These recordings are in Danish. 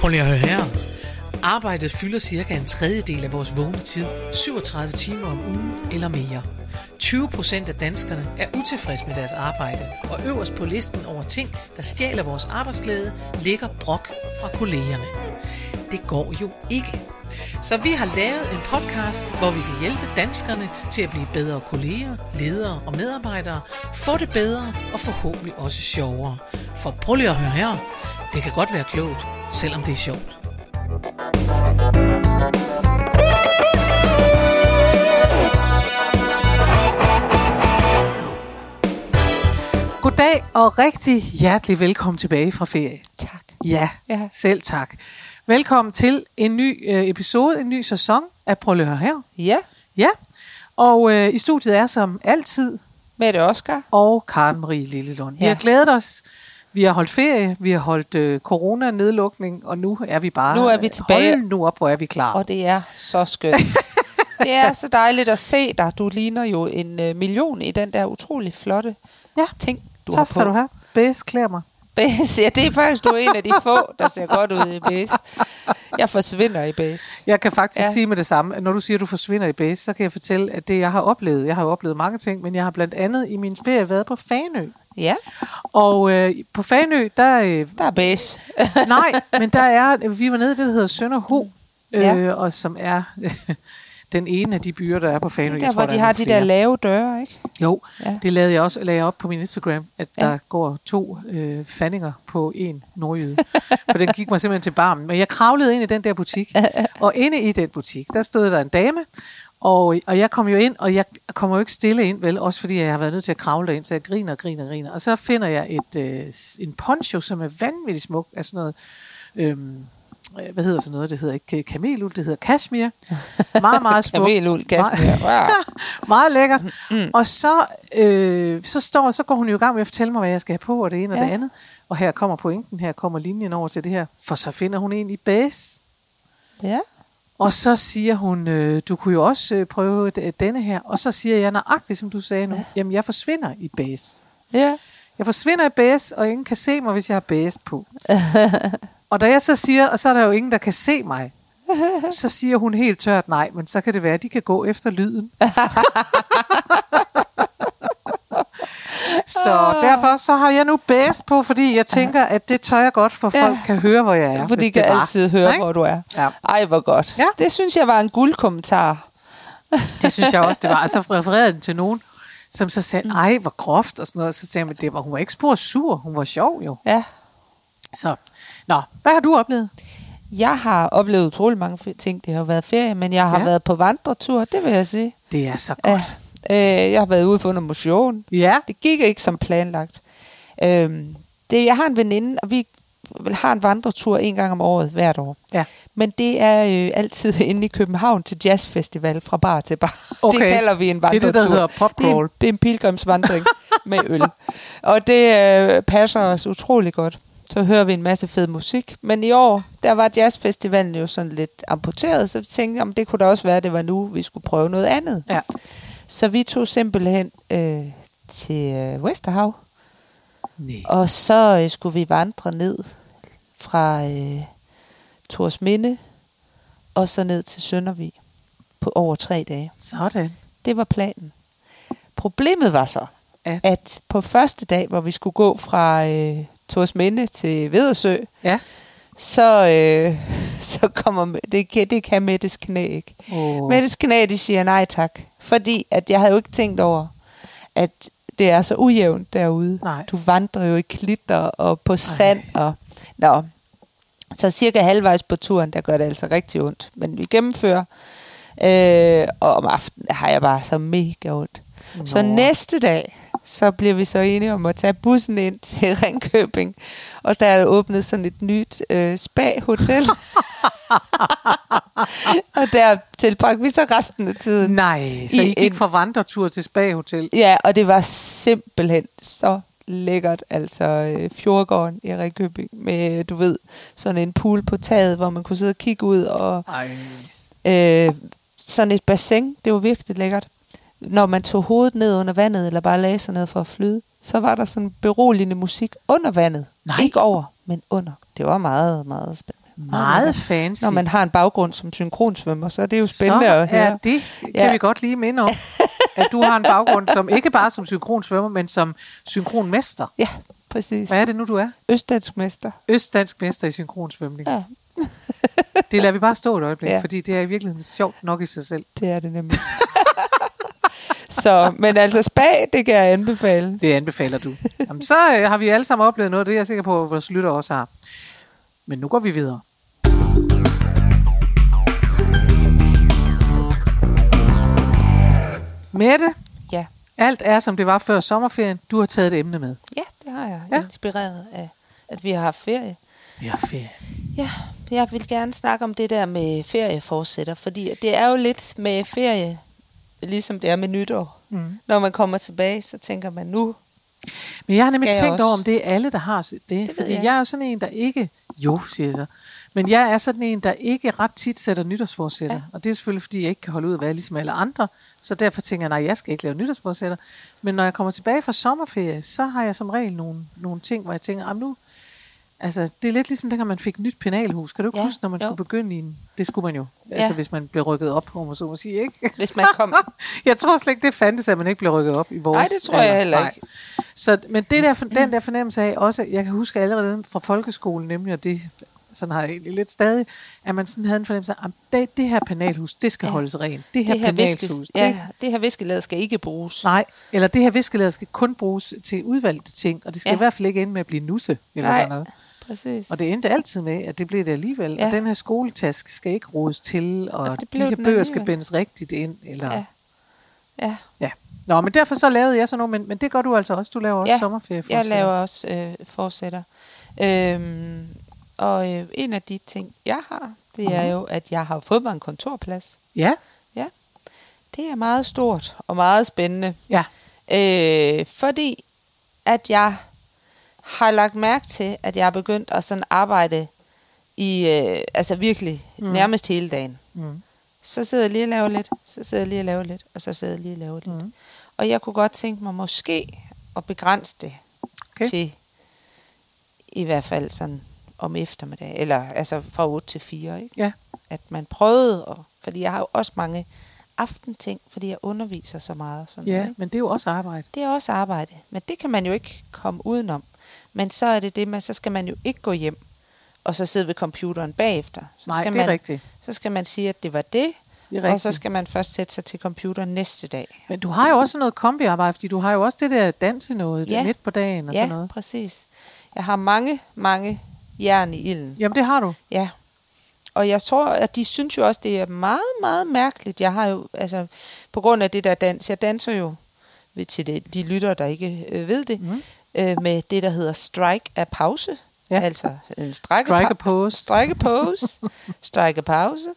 Prøv lige at høre her. Arbejdet fylder cirka en tredjedel af vores vågne tid, 37 timer om ugen eller mere. 20% af danskerne er utilfredse med deres arbejde, og øverst på listen over ting, der stjæler vores arbejdsglæde, ligger brok fra kollegerne. Det går jo ikke. Så vi har lavet en podcast, hvor vi vil hjælpe danskerne til at blive bedre kolleger, ledere og medarbejdere, få det bedre og forhåbentlig også sjovere. For prøv lige at høre her. Det kan godt være klogt, selvom det er sjovt. Goddag og rigtig hjertelig velkommen tilbage fra ferie. Tak. Ja, selv tak. Velkommen til en ny episode, en ny sæson af Prøv lige at høre her. Ja. Ja, og i studiet er som altid Mette Oscar og Karen Marie Lillelund. Vi har glædet os. Vi har holdt ferie, vi har holdt corona-nedlukning, og nu er vi bare... Nu er vi tilbage. Hold nu op, hvor er vi klar. Og det er så skønt. Det er så dejligt at se dig. Du ligner jo en million i den der utrolig flotte ting, du har på. Så skal du have. Bæs klæder mig. Bæs, ja, det er faktisk, du er en af de få, der ser godt ud i bæs. Jeg forsvinder i bæs. Jeg kan faktisk sige med det samme, at når du siger, at du forsvinder i bæs, så kan jeg fortælle, at det jeg har oplevet, jeg har jo oplevet mange ting, men jeg har blandt andet i min ferie været på Fanø. Ja. Og på Fanø, der er bæs. Nej, men der er, vi var nede i det, der hedder Sønderho, og som er den ene af de byer, der er på Fanø. Der, hvor de har de der lave døre, ikke? Jo, det lagde jeg op på min Instagram, at der går 2 fandinger på en nordjyde. For den gik mig simpelthen til barmen. Men jeg kravlede ind i den der butik, og inde i den butik, der stod der en dame, og jeg kom jo ind, og jeg kommer jo ikke stille ind, vel, også fordi jeg har været nødt til at kravle derind, så jeg griner. Og så finder jeg en poncho, som er vanvittigt smuk, af sådan noget... hvad hedder sådan noget? Det hedder ikke kameluld, det hedder kashmir. Meget, meget smuk. Kameluld, kashmir. Wow. Meget lækkert. Og så går hun jo i gang med at fortælle mig, hvad jeg skal have på, og det ene og det andet. Og her kommer pointen, her kommer linjen over til det her. For så finder hun en i base. Ja. Og så siger hun, du kunne jo også prøve denne her. Og så siger jeg nøjagtigt, som du sagde nu, jamen jeg forsvinder i base. Ja. Jeg forsvinder i base, og ingen kan se mig, hvis jeg har base på. Og da jeg så siger, og så er der jo ingen, der kan se mig, så siger hun helt tørt nej, men så kan det være, at de kan gå efter lyden. Så derfor så har jeg nu base på, fordi jeg tænker, at det tør jeg godt, for folk kan høre, hvor jeg er. For de kan altid høre, hvor du er. Ja. Ej, hvor godt. Ja. Det synes jeg var en guldkommentar. Det synes jeg også, det var. Altså refererede den til nogen, som så sagde, ej, hvor groft og sådan noget. Så sagde jeg, hun var ikke spor sur, hun var sjov jo. Ja. Så, hvad har du oplevet? Jeg har oplevet utrolig mange ting. Det har været ferie, men jeg har været på vandretur, det vil jeg sige. Det er så godt. Jeg har været ude for noget motion. Ja. Det gik ikke som planlagt. Jeg har en veninde, og vi har en vandretur 1 gang om året hvert år. Ja. Men det er altid inde i København til jazzfestival fra bar til bar. Okay. Det kalder vi en vandretur. Det er det, der hedder popcrawl. Det er en pilgrimsvandring med øl. Og det passer os utrolig godt. Så hører vi en masse fed musik. Men i år, der var jazzfestivalen jo sådan lidt amputeret, så vi tænkte, om det kunne da også være, at det var nu, vi skulle prøve noget andet. Ja. Så vi tog simpelthen til Vesterhav. Nee. Og så skulle vi vandre ned fra Thorsminde og så ned til Søndervig på over 3 dage. Sådan. Det var planen. Problemet var så, at på første dag, hvor vi skulle gå fra Thorsminde til Vedersø, så kommer det kan Mettes knæ ikke. Mettes knæ, de siger nej tak. Fordi at jeg havde jo ikke tænkt over, at det er så ujævnt derude. Nej. Du vandrer jo i klitter og på sand. Så cirka halvvejs på turen, der gør det altså rigtig ondt. Men vi gennemfører, og om aftenen har jeg bare så mega ondt. Så næste dag, så bliver vi så enige om at tage bussen ind til Ringkøbing. Og der er åbnet sådan et nyt spa-hotel. Og der tilbragte vi så resten af tiden. Nej, så I gik fra vandretur til spa-hotel? Ja, og det var simpelthen så lækkert. Altså Fjordgården i Ringkøbing med, du ved, sådan en pool på taget, hvor man kunne sidde og kigge ud. Og sådan et bassin, det var virkelig lækkert. Når man tog hovedet ned under vandet, eller bare lagde sig ned for at flyde, så var der sådan beroligende musik under vandet. Nej. Ikke over, men under. Det var meget, meget spændende. Meget fancy. Når man har en baggrund som synkronsvømmer, så er det jo spændende at høre. Ja, det kan vi godt lige minde om, at du har en baggrund som ikke bare som synkronsvømmer, men som synkronmester. Ja, præcis. Hvad er det nu, du er? Østdansk mester. Østdansk mester i synkronsvømning. Ja. Det lader vi bare stå et øjeblik, Ja. fordi det er i virkeligheden sjovt nok i sig selv. Det er det nemlig. Så, men altså spa, det kan jeg anbefale. Det anbefaler du. Jamen, så har vi alle sammen oplevet noget, det er jeg sikker på, at vores lytter også har. Men nu går vi videre. Mette, Ja. alt er, som det var før sommerferien. Du har taget et emne med. Ja, det har jeg. Ja. Inspireret af, at vi har haft ferie. Vi har ferie. Ja, jeg vil gerne snakke om det der med ferieforsætter, fordi det er jo lidt med ferie, ligesom det er med nytår. Mm. Når man kommer tilbage, så tænker man nu. Men jeg har nemlig Skal jeg tænkt også? over, om det er alle, der har det. ved Fordi jeg. jeg er jo sådan en, der ikke... Jo, siger jeg så. Men jeg er sådan en, der ikke ret tit sætter nytårsforsætter. Ja. Og det er selvfølgelig, fordi jeg ikke kan holde ud at være ligesom alle andre. Så derfor tænker jeg, nej, jeg skal ikke lave nytårsforsætter. Men når jeg kommer tilbage fra sommerferie, så har jeg som regel nogle ting, hvor jeg tænker, nu... Altså, det er lidt ligesom dengang man fik nyt penalhus. Kan du ikke huske, når man skulle begynde i en... Det skulle man jo. Altså, hvis man blev rykket op, om man så må sige, ikke? Hvis man kom... Jeg tror slet ikke, det fandtes, at man ikke blev rykket op i vores... Nej, det tror jeg heller ikke. Så, men det der, den der fornemmelse af også, jeg kan huske allerede fra folkeskolen, nemlig, og det sådan har jeg egentlig lidt stadig, at man sådan havde en fornemmelse af, at det her penalhus, det skal holdes rent. Det her penalhus. Det her viskelæder skal ikke bruges. Nej, eller det her viskelæder skal kun bruges til udvalgte ting, og det skal i hvert fald ikke ende med at blive nusse, eller sådan noget. Præcis. Og det endte altid med, at det blev det alligevel. Ja. Og den her skoletaske skal ikke rodes til, og de her bøger skal bindes rigtigt ind. Eller... Ja. Nå, men derfor så lavede jeg sådan noget, men det gør du altså også. Du laver også sommerferieforsætter. Jeg laver også forsætter. Og en af de ting, jeg har, det er jo, at jeg har fået mig en kontorplads. Ja. Ja. Det er meget stort og meget spændende. Ja. Fordi at jeg har lagt mærke til, at jeg er begyndt at sådan arbejde i, altså virkelig nærmest hele dagen. Mm. Så sidder jeg lige og laver lidt, så sidder jeg lige og laver lidt, og så sidder jeg lige og laver lidt. Mm. Og jeg kunne godt tænke mig måske at begrænse det til i hvert fald sådan om eftermiddag, eller altså fra 8 til 4, ikke? Ja. At man prøvede, fordi jeg har jo også mange aftenting, fordi jeg underviser så meget. Sådan Ja, noget, ikke? men det er jo også arbejde. Det er også arbejde, men det kan man jo ikke komme udenom. Men så er det med, så skal man jo ikke gå hjem, og så sidde ved computeren bagefter. Så Nej, skal det er man, rigtigt. Så skal man sige, at det var det, og så skal man først sætte sig til computeren næste dag. Men du har jo også noget kombiarbejde, fordi du har jo også det der danse noget midt på dagen og sådan noget. Ja, præcis. Jeg har mange jern i ilden. Jamen, det har du. Ja. Og jeg tror, at de synes jo også, det er meget, meget mærkeligt. Jeg har jo, altså, på grund af det der dans, jeg danser jo, til de lyttere, der ikke ved det, med det, der hedder strike af pause. Ja. Altså en strækkepause. Strækkepause.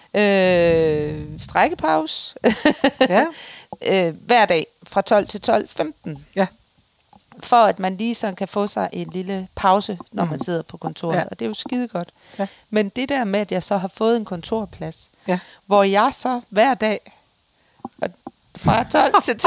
Strækkepause. Ja. Hver dag fra 12 til 12:15. Ja. For at man lige sådan kan få sig en lille pause, når man sidder på kontoret. Ja. Og det er jo skide godt. Ja. Men det der med, at jeg så har fået en kontorplads, hvor jeg så hver dag fra 12 til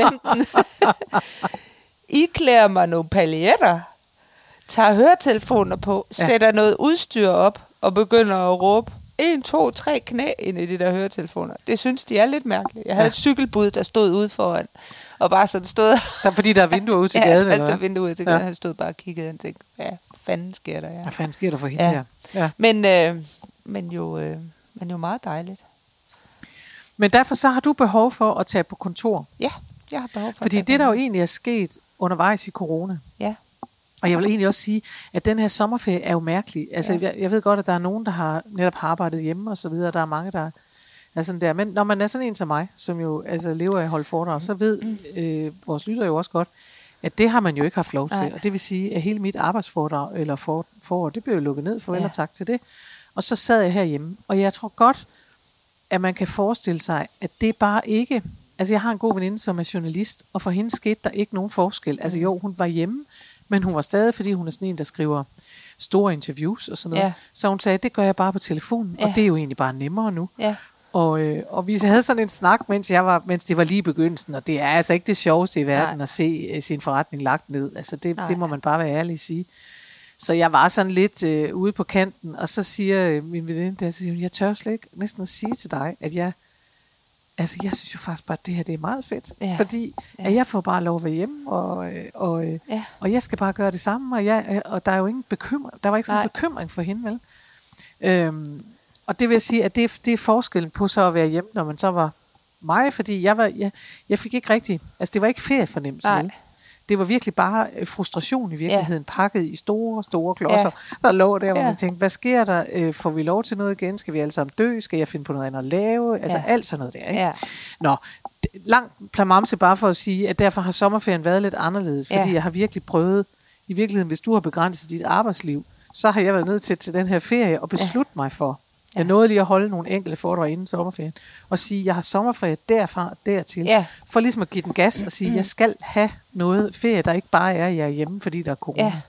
12:15 iklæder mig nogle paljetter, tager høretelefoner på, sætter noget udstyr op og begynder at råbe 1, 2, 3 knæ ind i de der høretelefoner. Det synes de er lidt mærkeligt. Jeg havde et cykelbud, der stod ude foran, og bare sådan stod... Fordi der er vinduer ud til gaden, eller hvad? Ja, vinduer ud til gaden. Han stod bare og kiggede og tænkte, hvad fanden sker der? Hvad fanden sker der for hende her? Ja. Men jo meget dejligt. Men derfor så har du behov for at tage på kontor. Ja, jeg har behov for fordi det, der jo egentlig er sket undervejs i corona. Ja. Og jeg vil egentlig også sige, at den her sommerferie er jo mærkelig. Altså, jeg ved godt, at der er nogen, der netop har arbejdet hjemme og så videre. Der er mange, der er sådan der. Men når man er sådan en som mig, som jo altså lever af at holde foredrag, så ved vores lytter jo også godt, at det har man jo ikke haft lov til. Nej. Og det vil sige, at hele mit arbejdsforedrag eller forår, det blev jo lukket ned, for tak til det. Og så sad jeg herhjemme. Og jeg tror godt, at man kan forestille sig, at det bare ikke... Altså, jeg har en god veninde, som er journalist, og for hende skete der ikke nogen forskel. Altså jo, hun var hjemme, men hun var stadig, fordi hun er sådan en, der skriver store interviews og sådan noget. Ja. Så hun sagde, det gør jeg bare på telefonen, og det er jo egentlig bare nemmere nu. Ja. Og vi havde sådan en snak, mens det var lige i begyndelsen, og det er altså ikke det sjoveste i verden at se sin forretning lagt ned. Altså det må man bare være ærlig at sige. Så jeg var sådan lidt ude på kanten, og så siger min veninde der, så siger hun, jeg tør slet ikke næsten at sige til dig, at jeg synes jo faktisk bare, at det her det er meget fedt. Ja. Fordi at jeg får bare lov at være hjemme, og jeg skal bare gøre det samme, og der er jo ingen bekymring. Der var ikke sådan en bekymring for hende, vel? Og det vil sige, at det er forskellen på så at være hjemme, når man så var mig, fordi jeg fik ikke rigtig, altså det var ikke feriefornemmelse, vel? Det var virkelig bare frustration i virkeligheden, pakket i store, store klodser, der lå der, hvor man tænkte, hvad sker der? Får vi lov til noget igen? Skal vi alle sammen dø? Skal jeg finde på noget andet at lave? Altså alt sådan noget der, ikke? Ja. Nå, langt plamamse bare for at sige, at derfor har sommerferien været lidt anderledes, fordi jeg har virkelig prøvet, i virkeligheden, hvis du har begrænset dit arbejdsliv, så har jeg været nødt til den her ferie og beslutte mig for. Jeg nåede lige at holde nogle enkelte foredrag inden sommerferien, og sige, jeg har sommerferie derfra og dertil, for ligesom at give den gas og sige, jeg skal have noget ferie, der ikke bare er, jeg er hjemme, fordi der er corona. Ja.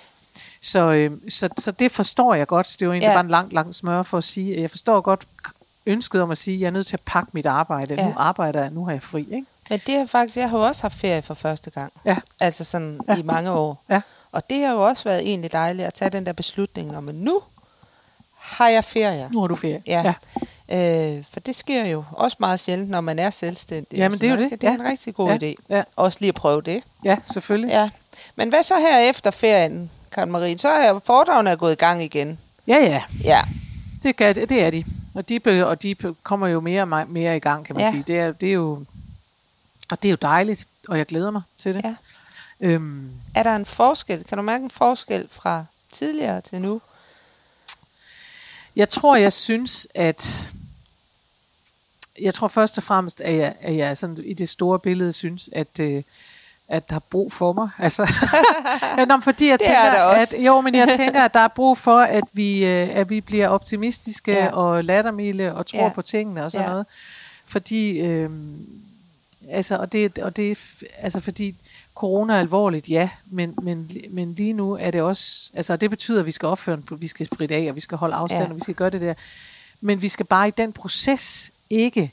Så det forstår jeg godt. Det var egentlig bare en lang smør for at sige, at jeg forstår godt ønsket om at sige, at jeg er nødt til at pakke mit arbejde. Nu arbejder jeg, nu har jeg fri, ikke? Men det er faktisk, jeg har jo også haft ferie for første gang. Ja. Altså sådan i mange år. Ja. Og det har jo også været egentlig dejligt at tage den der beslutning om, at nu har jeg ferie. Nu har du ferie. Ja. For det sker jo også meget sjældent, når man er selvstændig. Ja, men det er jo det. Det er en rigtig god idé. Ja. Også lige at prøve det. Ja, selvfølgelig. Ja. Men hvad så her efter ferien, Karen Marie? Så er foredragene gået i gang igen. Ja. Det er de. Og de kommer jo mere og mere i gang, kan man sige. Det er jo, og det er jo dejligt, og jeg glæder mig til det. Ja. Er der en forskel? Kan du mærke en forskel fra tidligere til nu? Jeg tror først og fremmest, at jeg sådan i det store billede synes, at der er brug for mig. Altså, fordi jeg tænker, at der er brug for, at vi bliver optimistiske og lattermilde og tror på tingene og sådan noget. Fordi, fordi corona er alvorligt, men lige nu er det også, altså det betyder, at vi skal opføre, vi skal spritte af, og vi skal holde afstand, og vi skal gøre det der. Men vi skal bare i den proces ikke,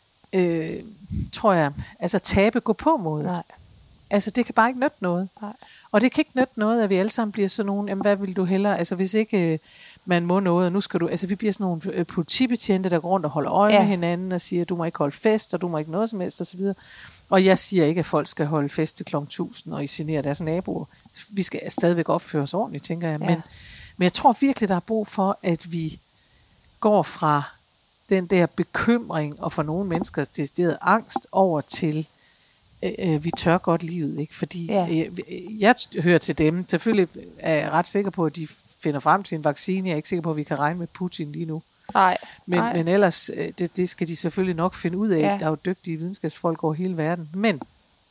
tror jeg, altså tabe gå på mod. Nej. Altså det kan bare ikke nytte noget. Nej. Og det kan ikke nytte noget, at vi alle sammen bliver sådan nogen, jamen hvad vil du hellere, altså hvis ikke man må noget, og nu skal du, altså vi bliver sådan nogle politibetjente, der går rundt og holder øje med hinanden, og siger, du må ikke holde fest, og du må ikke noget som helst, og så videre. Og jeg siger ikke, at folk skal holde fest til kl. 1000 og isolere deres naboer. Vi skal stadigvæk opføre os ordentligt, tænker jeg. Men jeg tror virkelig, der er brug for, at vi går fra den der bekymring, og for nogle mennesker decideret angst, over til, vi tør godt livet, ikke? Fordi jeg hører til dem. Selvfølgelig er jeg ret sikker på, at de finder frem til en vaccine. Jeg er ikke sikker på, at vi kan regne med Putin lige nu. Nej. Men ellers, det skal de selvfølgelig nok finde ud af. Der er jo dygtige videnskabsfolk over hele verden. Men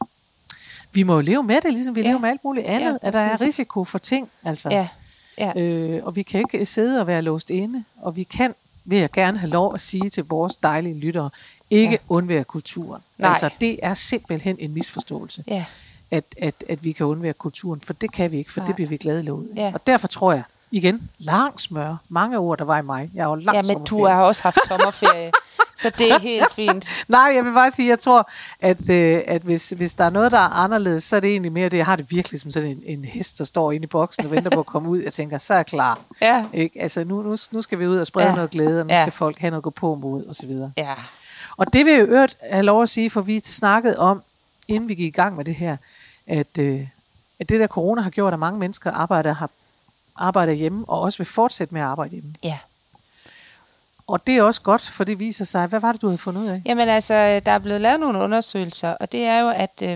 vi må jo leve med det, ligesom vi lever med alt muligt andet. At der er risiko for ting, altså. Og vi kan ikke sidde og være låst inde. Og vi kan, vil jeg gerne have lov at sige til vores dejlige lyttere, ikke undvære kulturen. Nej. Altså, det er simpelthen en misforståelse, at vi kan undvære kulturen. For det kan vi ikke, for det bliver vi glade lovet. Og derfor tror jeg, igen, lang smør. Mange ord, der var i mig. Jeg har jo lang sommerferie. Men du har også haft sommerferie, så det er helt fint. Nej, jeg vil bare sige, jeg tror, at hvis der er noget, der er anderledes, så er det egentlig mere det. Jeg har det virkelig som sådan en hest, der står inde i boksen og venter på at komme ud. Jeg tænker, så er jeg klar. Ja. Ikke? Altså, nu skal vi ud og sprede noget glæde, og nu skal folk have noget at gå på mod, og så videre. Ja. Og det vil jeg jo have lov at sige, for vi snakkede om, inden vi gik i gang med det her, at det der corona har gjort, at mange mennesker arbejder hjemme, og også vil fortsætte med at arbejde hjemme. Ja. Og det er også godt, for det viser sig, hvad var det, du havde fundet ud af? Jamen altså, der er blevet lavet nogle undersøgelser, og det er jo,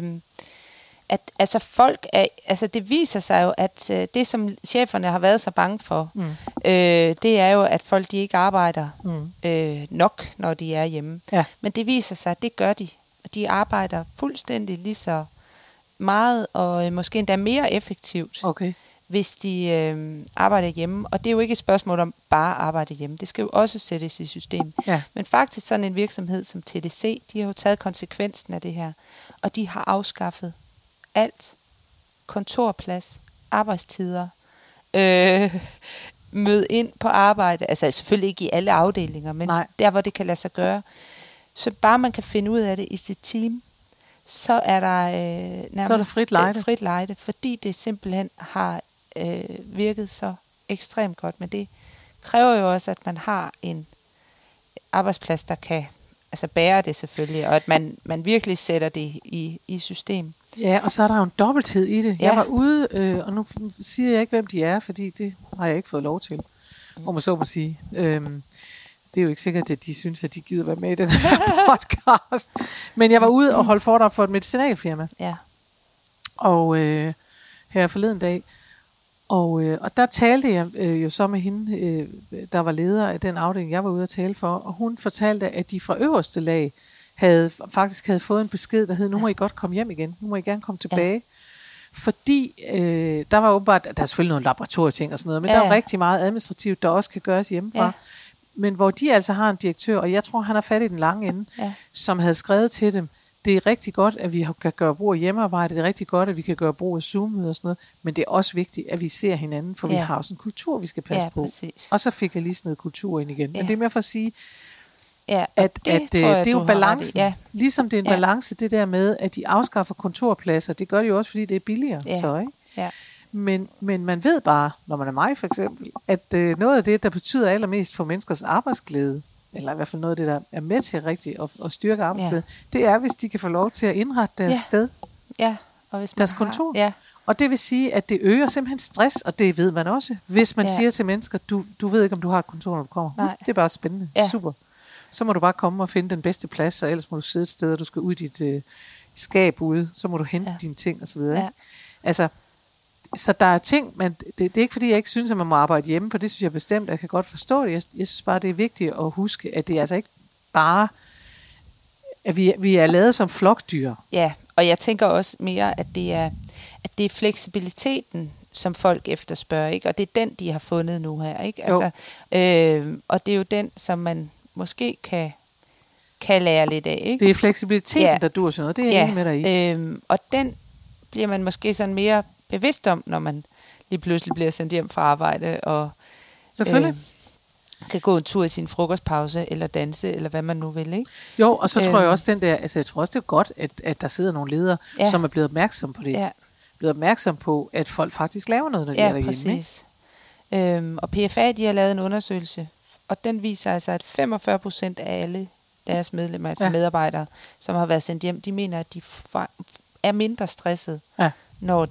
at altså folk er, altså det viser sig jo, at det, som cheferne har været så bange for, det er jo, at folk de ikke arbejder nok, når de er hjemme. Ja. Men det viser sig, at det gør de. De arbejder fuldstændig lige så meget, og måske endda mere effektivt, hvis de arbejder hjemme. Og det er jo ikke et spørgsmål om bare at arbejde hjemme. Det skal jo også sættes i system. Ja. Men faktisk sådan en virksomhed som TDC, de har jo taget konsekvensen af det her, og de har afskaffet alt. Kontorplads, arbejdstider, møde ind på arbejde, altså selvfølgelig ikke i alle afdelinger, men der, hvor det kan lade sig gøre. Så bare man kan finde ud af det i sit team, så er der nærmest så er det frit lejde, fordi det simpelthen har virket så ekstremt godt. Men det kræver jo også, at man har en arbejdsplads, der kan bære det selvfølgelig, og at man virkelig sætter det i system. Ja, og så er der jo en dobbelthed i det. Ja. Jeg var ude, og nu siger jeg ikke, hvem de er, fordi det har jeg ikke fået lov til, om man så må sige. Det er jo ikke sikkert, at de synes, at de gider være med i den her podcast. Men jeg var ude og holde foredrag for et medicinalfirma. Ja. Og her forleden dag. Og der talte jeg jo så med hende, der var leder af den afdeling, jeg var ude at tale for. Og hun fortalte, at de fra øverste lag faktisk havde fået en besked, der hed, nu må I godt komme hjem igen. Nu må I gerne komme tilbage. Ja. Fordi der var åbenbart, der er selvfølgelig nogle laboratorieting og sådan noget, men der er rigtig meget administrativt, der også kan gøres hjemmefra. Ja. Men hvor de altså har en direktør, og jeg tror, han er fat i den lange ende, som havde skrevet til dem, det er rigtig godt, at vi kan gøre brug af hjemmearbejde, det er rigtig godt, at vi kan gøre brug af Zoom-møder og sådan noget, men det er også vigtigt, at vi ser hinanden, for vi har også en kultur, vi skal passe på. Præcis. Og så fik jeg lige sådan noget kultur ind igen. Men det er mere for at sige, at det er jo balancen. Ja. Ligesom det er en balance, det der med, at de afskaffer kontorpladser, det gør de jo også, fordi det er billigere. Ja. Så, ikke? Ja. Men man ved bare, når man er mig for eksempel, at noget af det, der betyder allermest for menneskers arbejdsglæde, eller i hvert fald noget af det, der er med til rigtigt at styrke arbejdsglæde, det er, hvis de kan få lov til at indrette deres sted. Ja. Og hvis man deres kontor. Ja. Og det vil sige, at det øger simpelthen stress, og det ved man også, hvis man siger til mennesker, du ved ikke, om du har et kontor, når du kommer. Nej. Det er bare spændende. Ja. Super. Så må du bare komme og finde den bedste plads, og ellers må du sidde et sted, og du skal ud i dit skab ude, så må du hente dine ting, og så videre. Ja. Altså, så der er ting, men det er ikke fordi, jeg ikke synes, at man må arbejde hjemme, for det synes jeg bestemt, jeg kan godt forstå det. Jeg synes bare, det er vigtigt at huske, at det er altså ikke bare, at vi er lavet som flokdyr. Ja, og jeg tænker også mere, at det er fleksibiliteten, som folk efterspørger, ikke? Og det er den, de har fundet nu her, ikke? Altså, og det er jo den, som man måske kan lære lidt af, ikke? Det er fleksibiliteten, der dur sådan noget. Det er jeg enig med dig i. Og den bliver man måske sådan mere bevidst om, når man lige pludselig bliver sendt hjem fra arbejde, og selvfølgelig kan gå en tur i sin frokostpause, eller danse, eller hvad man nu vil, ikke? Jo, og så tror jeg også, jeg tror også, det er godt, at der sidder nogle ledere, som er blevet opmærksom på det. Ja. Blevet opmærksom på, at folk faktisk laver noget, når de er derhjemme. Præcis. Og PFA, de har lavet en undersøgelse, og den viser altså, at 45% af alle deres medlemmer, altså medarbejdere, som har været sendt hjem, de mener, at de er mindre stresset, når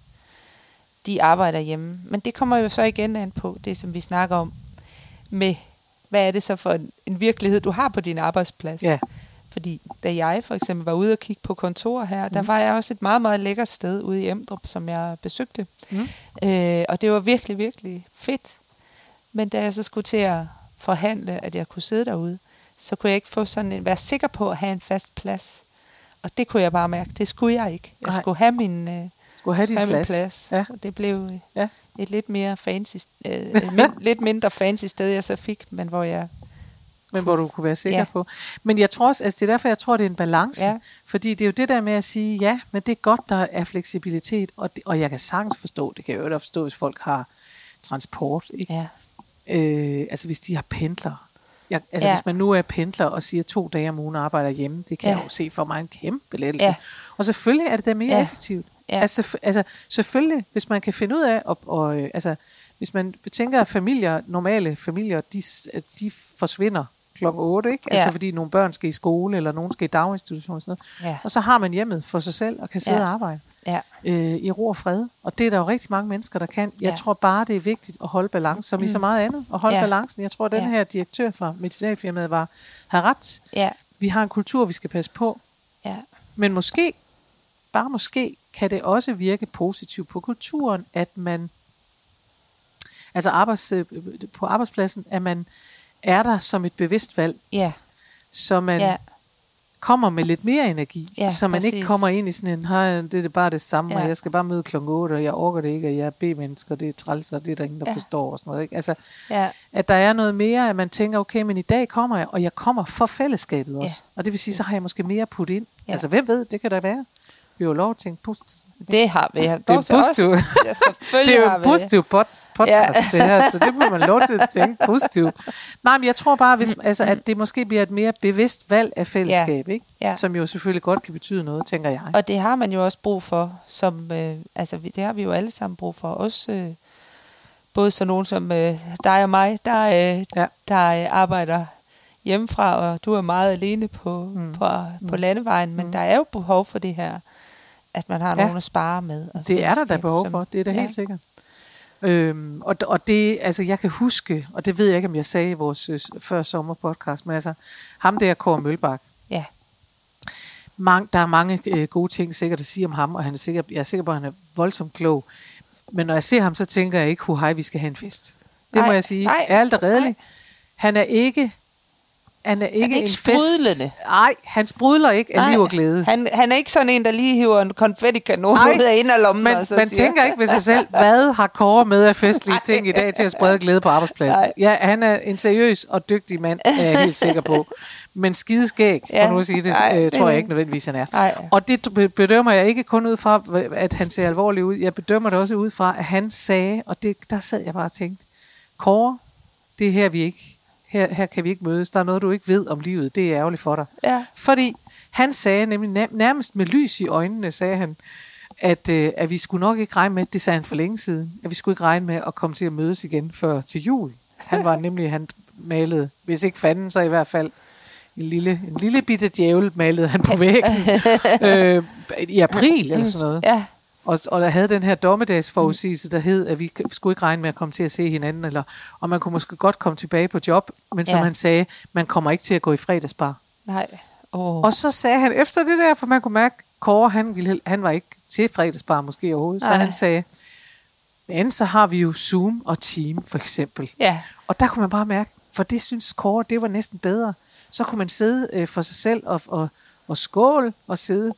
de arbejder hjemme. Men det kommer jo så igen an på det, som vi snakker om, med hvad er det så for en virkelighed, du har på din arbejdsplads. Ja. Fordi da jeg for eksempel var ude og kigge på kontor her, der var jeg også et meget, meget lækkert sted ude i Emdrup, som jeg besøgte. Og det var virkelig, virkelig fedt. Men da jeg så skulle til at forhandle, at jeg kunne sidde derude, så kunne jeg ikke få være sikker på at have en fast plads. Og det kunne jeg bare mærke, det skulle jeg ikke. Jeg skulle have min plads. Ja. Så det blev et lidt mere fancy, lidt mindre fancy sted, jeg så fik, men hvor du kunne være sikker på. Men jeg tror også, det er derfor, jeg tror, det er en balance. Ja. Fordi det er jo det der med at sige, men det er godt, der er fleksibilitet, og jeg kan sagtens forstå, det kan jeg jo forstå, hvis folk har transport, ikke? Ja. Altså hvis de har pendler. Hvis man nu er pendler og siger 2 dage om ugen arbejder hjemme, det kan jeg jo se for mig en kæmpe lettelse. Ja. Og selvfølgelig er det da mere effektivt. Ja. Altså selvfølgelig, hvis man kan finde ud af, hvis man tænker, at normale familier, de forsvinder klokken 8, ikke? Altså fordi nogle børn skal i skole, eller nogen skal i daginstitution og sådan noget. Ja. Og så har man hjemmet for sig selv, og kan sidde og arbejde i ro og fred. Og det er der jo rigtig mange mennesker, der kan. Jeg tror bare, det er vigtigt at holde balance, som i så meget andet. At holde balancen. Jeg tror, at den her direktør fra medicinalfirmaet har ret. Ja. Vi har en kultur, vi skal passe på. Ja. Men måske, bare måske, kan det også virke positivt på kulturen, at man på arbejdspladsen, at man er der som et bevidst valg. Ja. Så man kommer med lidt mere energi, så man ikke kommer ind i sådan en, det er bare det samme, og jeg skal bare møde klokken 8, og jeg orker det ikke, og jeg er B-mennesker, det er træls, og det er der ingen, der forstår, og sådan noget. Ikke? Altså, at der er noget mere, at man tænker, okay, men i dag kommer jeg, og jeg kommer for fællesskabet også. Og det vil sige, så har jeg måske mere put ind. Altså, hvem ved, det kan der være. Vi har jo lov til en positiv. Det har vi. Det er positivt. Ja, det er jo en positiv podcast, det her, så det må man lov til at tænke positivt. Nej, men jeg tror bare, at det måske bliver et mere bevidst valg af fællesskab, ikke? Ja. Som jo selvfølgelig godt kan betyde noget, tænker jeg. Og det har man jo også brug for, det har vi jo alle sammen brug for. Også både så nogen som dig og mig, der arbejder hjemmefra, og du er meget alene på landevejen, men der er jo behov for det her, at man har nogen at spare med. Det er der behov for, det er da helt sikkert. Og det, altså jeg kan huske, og det ved jeg ikke, om jeg sagde i vores før sommerpodcast, men altså ham der, Kåre Mølbak. Ja. Der er mange gode ting sikkert at sige om ham, og jeg er sikker på, at han er voldsomt klog. Men når jeg ser ham, så tænker jeg ikke, hej, vi skal have en fest. Det må jeg sige. Ærligt og redeligt. Han er ikke en sprudlende. Nej, han sprudler ikke af liv og glæde. Han er ikke sådan en, der lige hiver en konfettikanon ud af inderlommen. Man tænker ikke ved sig selv, hvad har Kåre med af festlige ting i dag til at sprede glæde på arbejdspladsen? Nej. Ja, han er en seriøs og dygtig mand, er jeg helt sikker på. Men skideskæg, for nu at sige det, tror jeg ikke nødvendigvis, han er. Ej. Og det bedømmer jeg ikke kun ud fra, at han ser alvorlig ud. Jeg bedømmer det også ud fra, at han sagde, og der sad jeg bare og tænkte, Kåre, det er her vi ikke. Her kan vi ikke mødes. Der er noget, du ikke ved om livet. Det er ærgerligt for dig. Ja. Fordi han sagde nemlig nærmest med lys i øjnene, sagde han, at vi skulle nok ikke regne med, det sagde han for længe siden, at vi skulle ikke regne med at komme til at mødes igen før til jul. Han malede, hvis ikke fanden, så i hvert fald en lille bitte djævel malede han på væggen i april eller sådan noget. Ja. Og der havde den her dommedagsforudsigelse, der hed, at vi skulle ikke regne med at komme til at se hinanden, og man kunne måske godt komme tilbage på job, men som han sagde, man kommer ikke til at gå i fredagsbar. Nej. Og så sagde han efter det der, for man kunne mærke, Kåre, han var ikke til fredagsbar måske overhovedet, så han sagde, men så har vi jo Zoom og Team for eksempel. Ja. Og der kunne man bare mærke, for det synes Kåre, det var næsten bedre. Så kunne man sidde for sig selv og skåle og sidde.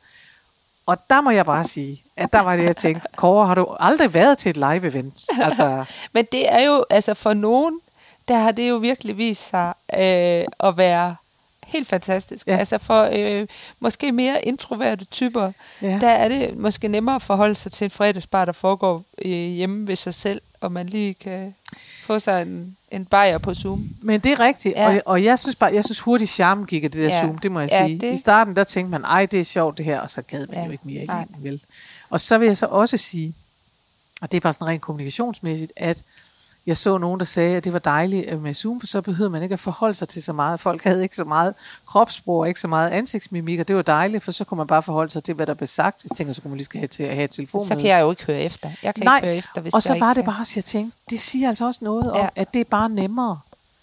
Og der må jeg bare sige, at der var det, jeg tænkte, Kåre, har du aldrig været til et live-event? Altså. Men det er jo, altså for nogen, der har det jo virkelig vist sig at være helt fantastisk. Ja. Altså for måske mere introverte typer, der er det måske nemmere at forholde sig til en fredagsbar, der foregår hjemme ved sig selv, og man lige kan få sig en bajer på Zoom. Men det er rigtigt, og jeg synes hurtigt charmen gik af det der Zoom, det må jeg sige. Det. I starten, der tænkte man, det er sjovt det her, og så gad man jo ikke mere. Ikke vel. Og så vil jeg så også sige, og det er bare sådan rent kommunikationsmæssigt, at jeg så nogen, der sagde, at det var dejligt med Zoom, for så behøvede man ikke at forholde sig til så meget. Folk havde ikke så meget kropssprog, ikke så meget ansigtsmimik, og det var dejligt, for så kunne man bare forholde sig til, hvad der blev sagt. Jeg tænker, så kunne man lige skal have telefonen. Så kan jeg jo ikke høre efter. Jeg kan ikke høre efter, hvis og så var ikke det bare, at jeg tænkte, det siger altså også noget om, at det er bare nemmere.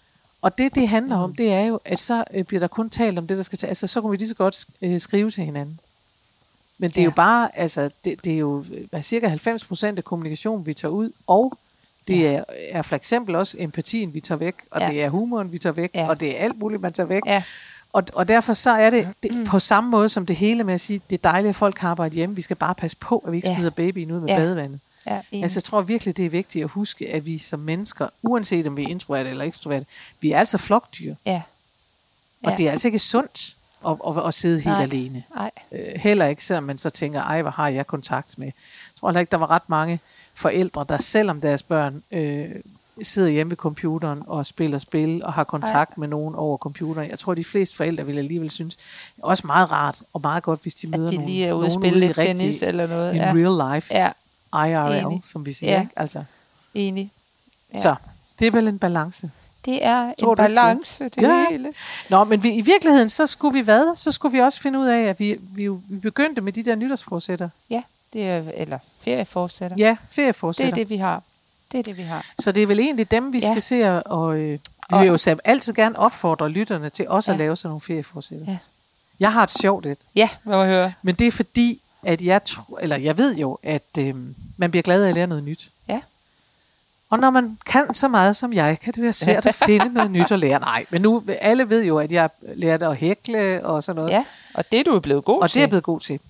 Og det handler om, det er jo, at så bliver der kun talt om det, der skal tage. Altså, så kunne vi lige så godt skrive til hinanden. Men det er jo bare, altså, det er jo cirka 90% af kommunikationen, vi tager ud, og det er for eksempel også empatien, vi tager væk, og det er humoren, vi tager væk, og det er alt muligt, man tager væk. Ja. Og derfor så er det på samme måde som det hele med at sige, det er dejligt, at folk kan arbejde hjemme, vi skal bare passe på, at vi ikke smider babyen ud med badevandet. Ja, altså jeg tror virkelig, det er vigtigt at huske, at vi som mennesker, uanset om vi er introverte eller ekstroverte, vi er altså flokdyr. Ja. Og det er altså ikke sundt at sidde helt alene. Heller ikke, selvom man så tænker, hvor har jeg kontakt med. Jeg tror heller ikke, der var ret mange forældre, der selvom deres børn sidder hjemme ved computeren og spiller spil og har kontakt med nogen over computeren. Jeg tror, de fleste forældre vil alligevel synes, det er også meget rart og meget godt, hvis de møder nogen. At de lige er ude og spille lidt tennis eller noget. In real life. Ja. IRL, enig. Som vi siger. Ikke? Altså. Enig. Ja. Så, det er vel en balance. Det er en balance, det hele. Nå, men i virkeligheden, så skulle vi også finde ud af, at vi begyndte med de der nytårsforsætter. Ja, det er, eller ferieforsætter. Ja, ferieforsætter. Det er det, vi har. Så det er vel egentlig dem, vi skal se, og vi vil jo altid gerne opfordre lytterne til også at lave sådan nogle ferieforsætter. Ja. Jeg har et sjovt et. Ja, hvad må jeg høre? Men det er fordi, at jeg ved jo, at man bliver glad af at lære noget nyt. Ja. Og når man kan så meget som jeg, kan det være svært at finde noget nyt at lære. Nej, men nu alle ved jo, at jeg lærte at hækle og sådan noget. Ja, og det er du blevet god til. Og det er jeg blevet god til.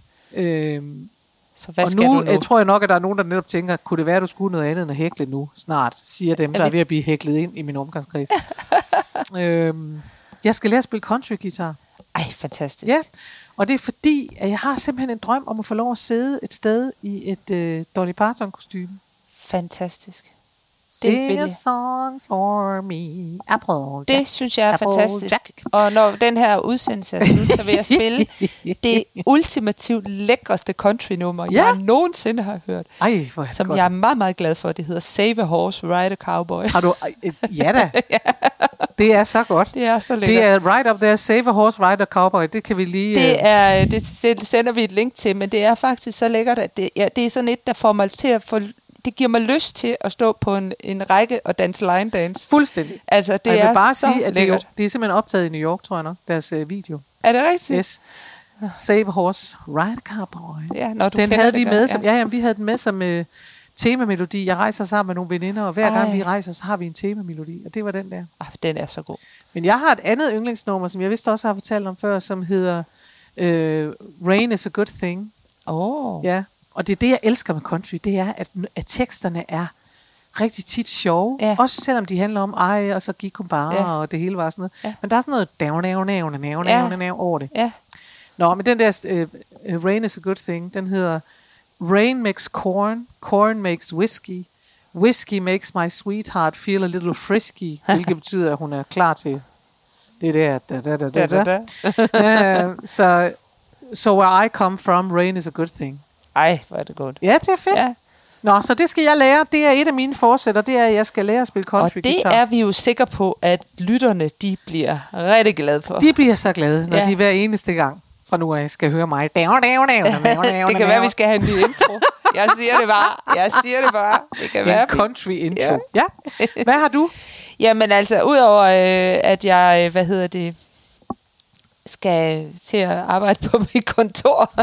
Så hvad og skal nu, du nu? Tror jeg nok, at der er nogen, der netop tænker, kunne det være, at du skulle noget andet end at hækle nu snart, siger dem, der er ved at blive hæklet ind i min omgangskreds. Jeg skal lære at spille country-guitar. Ej, Ej, fantastisk. Ja, og det er fordi, at jeg har simpelthen en drøm om at få lov at sidde et sted i et Dolly Parton-kostyme. Fantastisk. Sing a song for me. Apple Det synes jeg er Apple fantastisk. Jack. Og når den her udsendelse er slut, så vil jeg spille det ultimativt lækreste country-nummer, jeg nogensinde har hørt. Ej, hvor er det som godt. jeg er meget, meget glad for. Det hedder Save a Horse, Ride a Cowboy. Har du... Ja da. Det er så godt. Det er så lækkert. Det er right up there. Save a horse, ride a cowboy. Det kan vi lige... Det sender vi et link til, men det er faktisk så lækkert, at det er sådan et, der får mig til at få... Det giver mig lyst til at stå på en række og danse line dance. Fuldstændig. Altså, det jeg vil er bare så sige, at lækkert. det er simpelthen optaget i New York, tror jeg nok, deres video. Er det rigtigt? Yes. Save a horse, ride a cowboy. Ja, når du den kender havde det vi godt, med som, vi havde den med som temamelodi. Jeg rejser sammen med nogle veninder, og hver gang vi rejser, så har vi en temamelodi, og det var den der. Den er så god. Men jeg har et andet yndlingsnummer, som jeg vist også har fortalt om før, som hedder Rain is a Good Thing. Ja. Og det er det, jeg elsker med country, det er, at teksterne er rigtig tit sjove. Ja. Også selvom de handler om og så gik hun bare, og det hele var sådan noget. Ja. Men der er sådan noget over det. Ja. Nå, men den der Rain is a Good Thing, den hedder Rain makes corn, corn makes whiskey, whiskey makes my sweetheart feel a little frisky, hvilket betyder, at hun er klar til det der. So where I come from, rain is a good thing. Ej, hvor er det godt. Ja, det er fedt. Ja. Nå, så det skal jeg lære. Det er et af mine forsætter. Det er, at jeg skal lære at spille country-guitar. Og det er vi jo sikre på, at lytterne, de bliver rigtig glade for. De bliver så glade, når de hver eneste gang fra nu af skal høre mig. Det kan være, vi skal have en ny intro. Jeg siger det bare. Det kan være. En country-intro. Ja. Hvad har du? Jamen altså, udover at jeg, skal til at arbejde på mit kontor.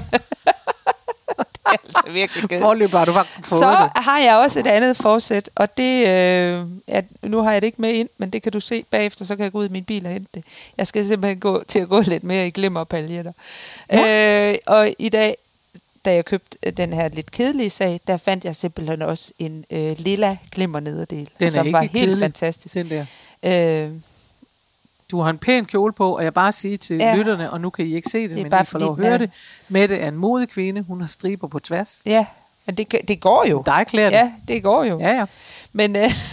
Altså virkelig forløber, du så har jeg også et andet forsæt, og det nu har jeg det ikke med ind, men det kan du se bagefter, så kan jeg gå ud i min bil og hente det. Jeg skal simpelthen gå lidt mere i glimmer og paljetter. Ja. Og i dag, da jeg købte den her lidt kedelige sag, der fandt jeg simpelthen også en lilla glimmernederdel, som var helt fantastisk. Den der. Du har en pæn kjole på, og jeg bare siger til lytterne, og nu kan I ikke se det, men I får lov at høre det. Mette er en modig kvinde, hun har striber på tværs. Ja, men det går jo. Dig klæder det. Ja, det går jo. Ja. Men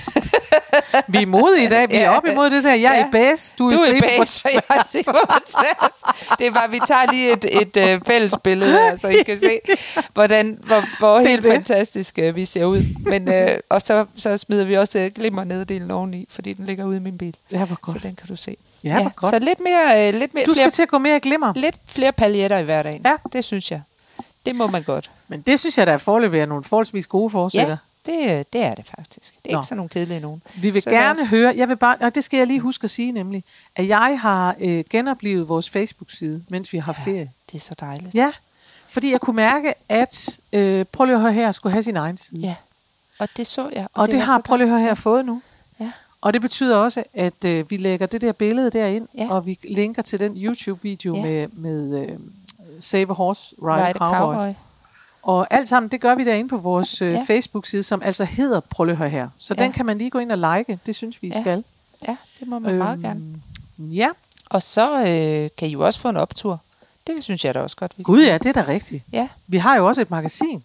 vi er modige i dag, vi er op imod det der. Jeg er i base, du er i striber på tværs. Det er bare, vi tager lige et fælles billede her, så I kan se, hvor helt fantastisk vi ser ud. Men, og så smider vi også glimmernederdelen oveni, fordi den ligger ude i min bil. Ja, hvor godt. Så den kan du se. Ja, hvor godt. Så lidt mere du skal til at gå mere glimmer. Lidt flere paljetter i hverdagen. Ja. Det synes jeg. Det må man godt. Men det synes jeg, der er foreløbig er nogle forholdsvis gode forsætter. Ja, det er det faktisk. Det er ikke sådan nogle kedelige nogen. Vi vil gerne høre, jeg vil bare, og det skal jeg lige huske at sige nemlig, at jeg har genoplevet vores Facebook-side, mens vi har ferie. Det er så dejligt. Ja, fordi jeg kunne mærke, at prøv lige at høre her, skulle have sin egen side. Ja, og det så jeg. Og det har prøv lige at høre her fået nu. Ja. Og det betyder også, at vi lægger det der billede derind, og vi linker til den YouTube-video med Save a Horse, Ride a Cowboy. Og alt sammen, det gør vi derinde på vores Facebook-side, som altså hedder Prøv lige her. Så den kan man lige gå ind og like. Det synes vi, I skal. Ja, det må man meget gerne. Ja. Og så kan I jo også få en optur. Det synes jeg da også godt. Gud ja, det er da rigtigt. Ja. Vi har jo også et magasin.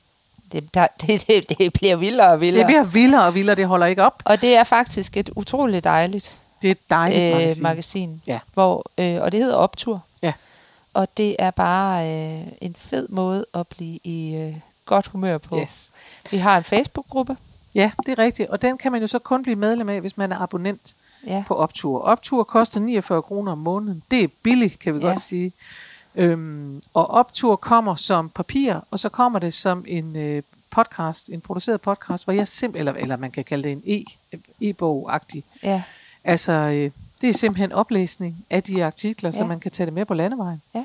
Det bliver vildere og vildere. Det bliver vildere og vildere, det holder ikke op. Og det er faktisk et utroligt dejligt. Det er et dejligt magasin. Ja. Hvor, og det hedder Optur. Ja. Og det er bare en fed måde at blive i godt humør på. Yes. Vi har en Facebook-gruppe. Ja, det er rigtigt. Og den kan man jo så kun blive medlem af, hvis man er abonnent på Optur. Optur koster 49 kroner om måneden. Det er billigt, kan vi godt sige. Og Optur kommer som papir, og så kommer det som en podcast, en produceret podcast, hvor jeg eller man kan kalde det en e-bog-agtig. Ja. Altså, det er simpelthen oplæsning af de artikler, så man kan tage det med på landevejen. Ja.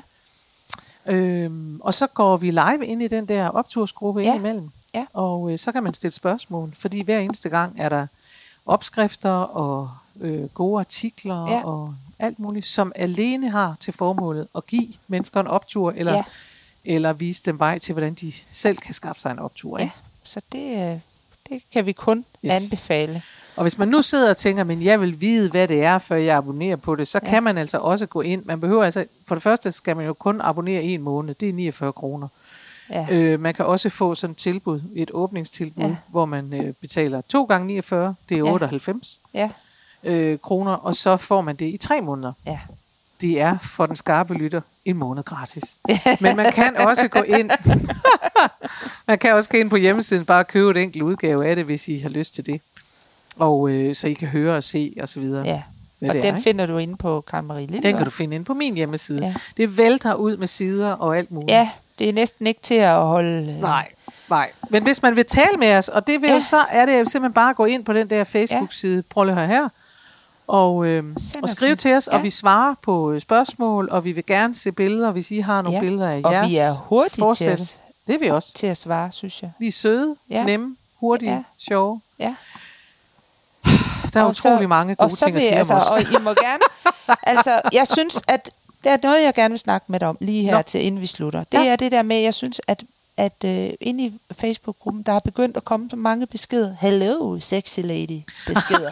Og så går vi live ind i den der optursgruppe indimellem. Ja. Og så kan man stille spørgsmål, fordi hver eneste gang er der opskrifter og gode artikler og alt muligt, som alene har til formålet at give mennesker en optur, eller vise dem vej til, hvordan de selv kan skaffe sig en optur. Ja, så det kan vi kun anbefale. Og hvis man nu sidder og tænker, men jeg vil vide, hvad det er, før jeg abonnerer på det, så kan man altså også gå ind. Man behøver altså, for det første skal man jo kun abonnere 1 måned, det er 49 kroner. Ja. Man kan også få sådan et tilbud, et åbningstilbud, hvor man betaler 2 gange 49, det er 98 kroner, og så får man det i 3 måneder. Ja. Det er for den skarpe lytter 1 måned gratis. Men man kan også gå ind man kan også gå ind på hjemmesiden, bare købe et enkelt udgave af det, hvis I har lyst til det. Og så I kan høre og se og så videre. Ja. Og den finder du inde på Karen Marie Lillelund. Den kan du finde inde på min hjemmeside. Ja. Det vælter ud med sider og alt muligt. Ja, det er næsten ikke til at holde... Nej. Men hvis man vil tale med os, og det vil jo så, er det jo simpelthen bare at gå ind på den der Facebook-side, prøv lige at høre her, og skrive til os, og vi svarer på spørgsmål, og vi vil gerne se billeder, hvis I har nogle billeder af jeres. Og vi er hurtige til os. Det er vi også. Til at svare, synes jeg. Vi er søde, nemme, hurtige, sjove. Ja. Der er utrolig mange gode ting at sige om os. Og I må gerne... altså, jeg synes, at der er noget, jeg gerne vil snakke med dig om, lige her til, inden vi slutter. Det er det der med, jeg synes, at inde i Facebook-gruppen, der er begyndt at komme så mange beskeder. Hello, sexy lady beskeder.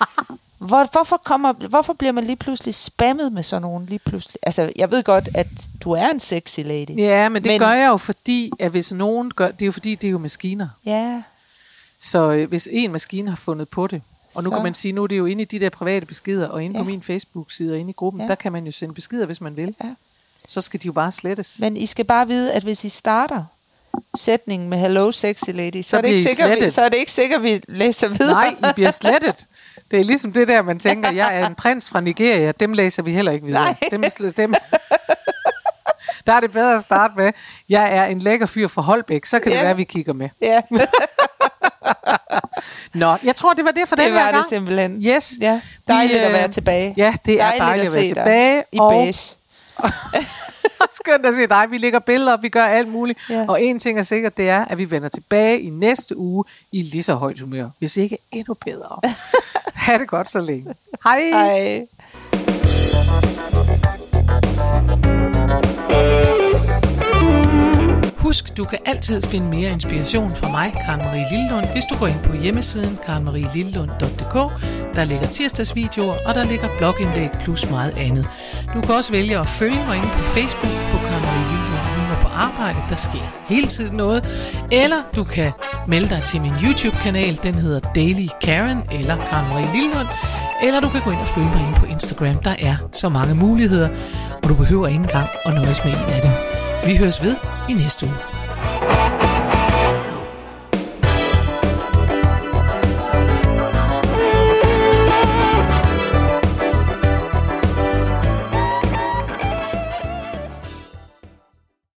Hvorfor bliver man lige pludselig spammet med sådan nogen lige pludselig? Altså, jeg ved godt, at du er en sexy lady. Ja, men det gør jeg jo, fordi at hvis nogen gør, det er jo fordi, det er jo maskiner. Ja. Så hvis en maskine har fundet på det, og nu kan man sige, nu er det jo inde i de der private beskeder, og inde på min Facebook-side og inde i gruppen, der kan man jo sende beskeder, hvis man vil. Ja. Så skal de jo bare slettes. Men I skal bare vide, at hvis I starter sætningen med hello sexy lady, så er det ikke sikkert, vi læser videre. Nej, I bliver slettet. Det er ligesom det der, man tænker, jeg er en prins fra Nigeria, dem læser vi heller ikke videre. Dem. Der er det bedre at starte med, jeg er en lækker fyr fra Holbæk, så kan det være, vi kigger med. Ja. Nå, jeg tror, det var det for den her gang. Det var det simpelthen. Yes. Ja, dejligt at være tilbage. Ja, det er dejligt at være tilbage. I beige. Skønt at se dig. Vi lægger billeder op, vi gør alt muligt. Ja. Og en ting er sikkert, det er, at vi vender tilbage i næste uge i lige så højt humør. Hvis ikke endnu bedre. Ha' det godt så længe. Hej. Hej. Husk, du kan altid finde mere inspiration fra mig, Karen Marie Lillelund, hvis du går ind på hjemmesiden karenmarielillelund.dk. Der ligger tirsdagsvideoer, og der ligger blogindlæg plus meget andet. Du kan også vælge at følge mig inde på Facebook på Karen Marie Lillelund. Nu er på arbejde, der sker hele tiden noget. Eller du kan melde dig til min YouTube-kanal, den hedder Daily Karen eller Karen Marie Lillelund. Eller du kan gå ind og følge mig inde på Instagram, der er så mange muligheder, og du behøver ikke engang at nøjes med en af dem. Vi høres ved i næste uge.